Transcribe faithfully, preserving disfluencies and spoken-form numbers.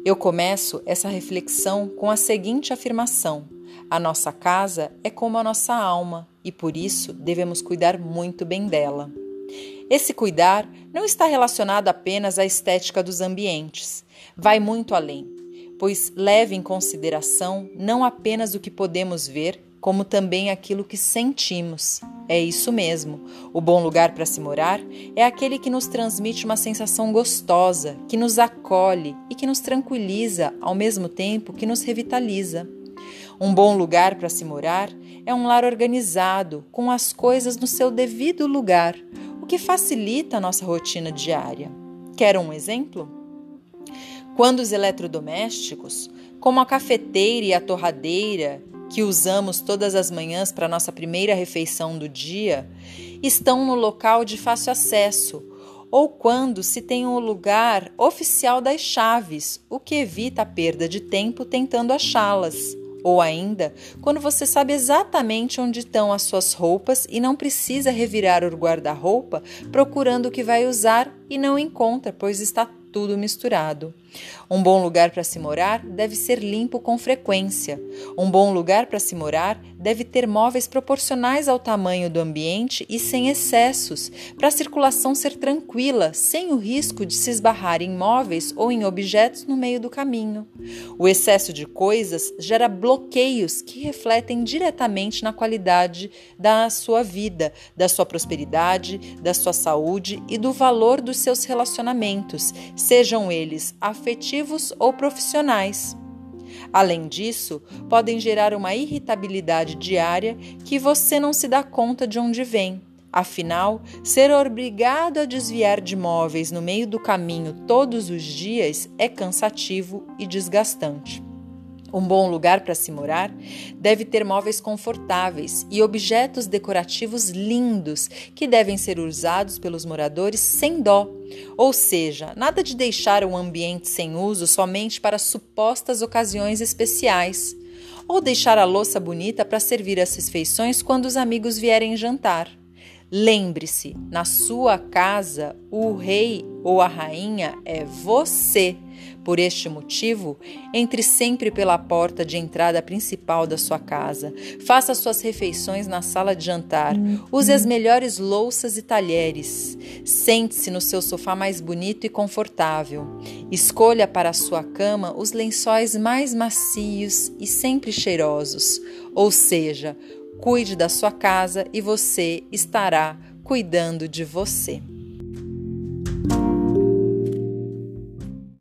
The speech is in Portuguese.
Eu começo essa reflexão com a seguinte afirmação: a nossa casa é como a nossa alma e por isso devemos cuidar muito bem dela. Esse cuidar não está relacionado apenas à estética dos ambientes, vai muito além, pois leva em consideração não apenas o que podemos ver, como também aquilo que sentimos. É isso mesmo, o bom lugar para se morar é aquele que nos transmite uma sensação gostosa, que nos acolhe e que nos tranquiliza ao mesmo tempo que nos revitaliza. Um bom lugar para se morar é um lar organizado, com as coisas no seu devido lugar, o que facilita a nossa rotina diária. Quer um exemplo? Quando os eletrodomésticos, como a cafeteira e a torradeira, que usamos todas as manhãs para nossa primeira refeição do dia, estão no local de fácil acesso, ou quando se tem um lugar oficial das chaves, o que evita a perda de tempo tentando achá-las. Ou ainda, quando você sabe exatamente onde estão as suas roupas e não precisa revirar o guarda-roupa procurando o que vai usar e não encontra, pois está tudo misturado. Um bom lugar para se morar deve ser limpo com frequência. Um bom lugar para se morar deve ter móveis proporcionais ao tamanho do ambiente e sem excessos, para a circulação ser tranquila, sem o risco de se esbarrar em móveis ou em objetos no meio do caminho. O excesso de coisas gera bloqueios que refletem diretamente na qualidade da sua vida, da sua prosperidade, da sua saúde e do valor dos seus relacionamentos, sejam eles afetivos ou profissionais. Além disso, podem gerar uma irritabilidade diária que você não se dá conta de onde vem. Afinal, ser obrigado a desviar de móveis no meio do caminho todos os dias é cansativo e desgastante. Um bom lugar para se morar deve ter móveis confortáveis e objetos decorativos lindos que devem ser usados pelos moradores sem dó. Ou seja, nada de deixar um ambiente sem uso somente para supostas ocasiões especiais. Ou deixar a louça bonita para servir as refeições quando os amigos vierem jantar. Lembre-se, na sua casa, o rei ou a rainha é você. Por este motivo, entre sempre pela porta de entrada principal da sua casa. Faça suas refeições na sala de jantar. Use as melhores louças e talheres. Sente-se no seu sofá mais bonito e confortável. Escolha para a sua cama os lençóis mais macios e sempre cheirosos. Ou seja, cuide da sua casa e você estará cuidando de você.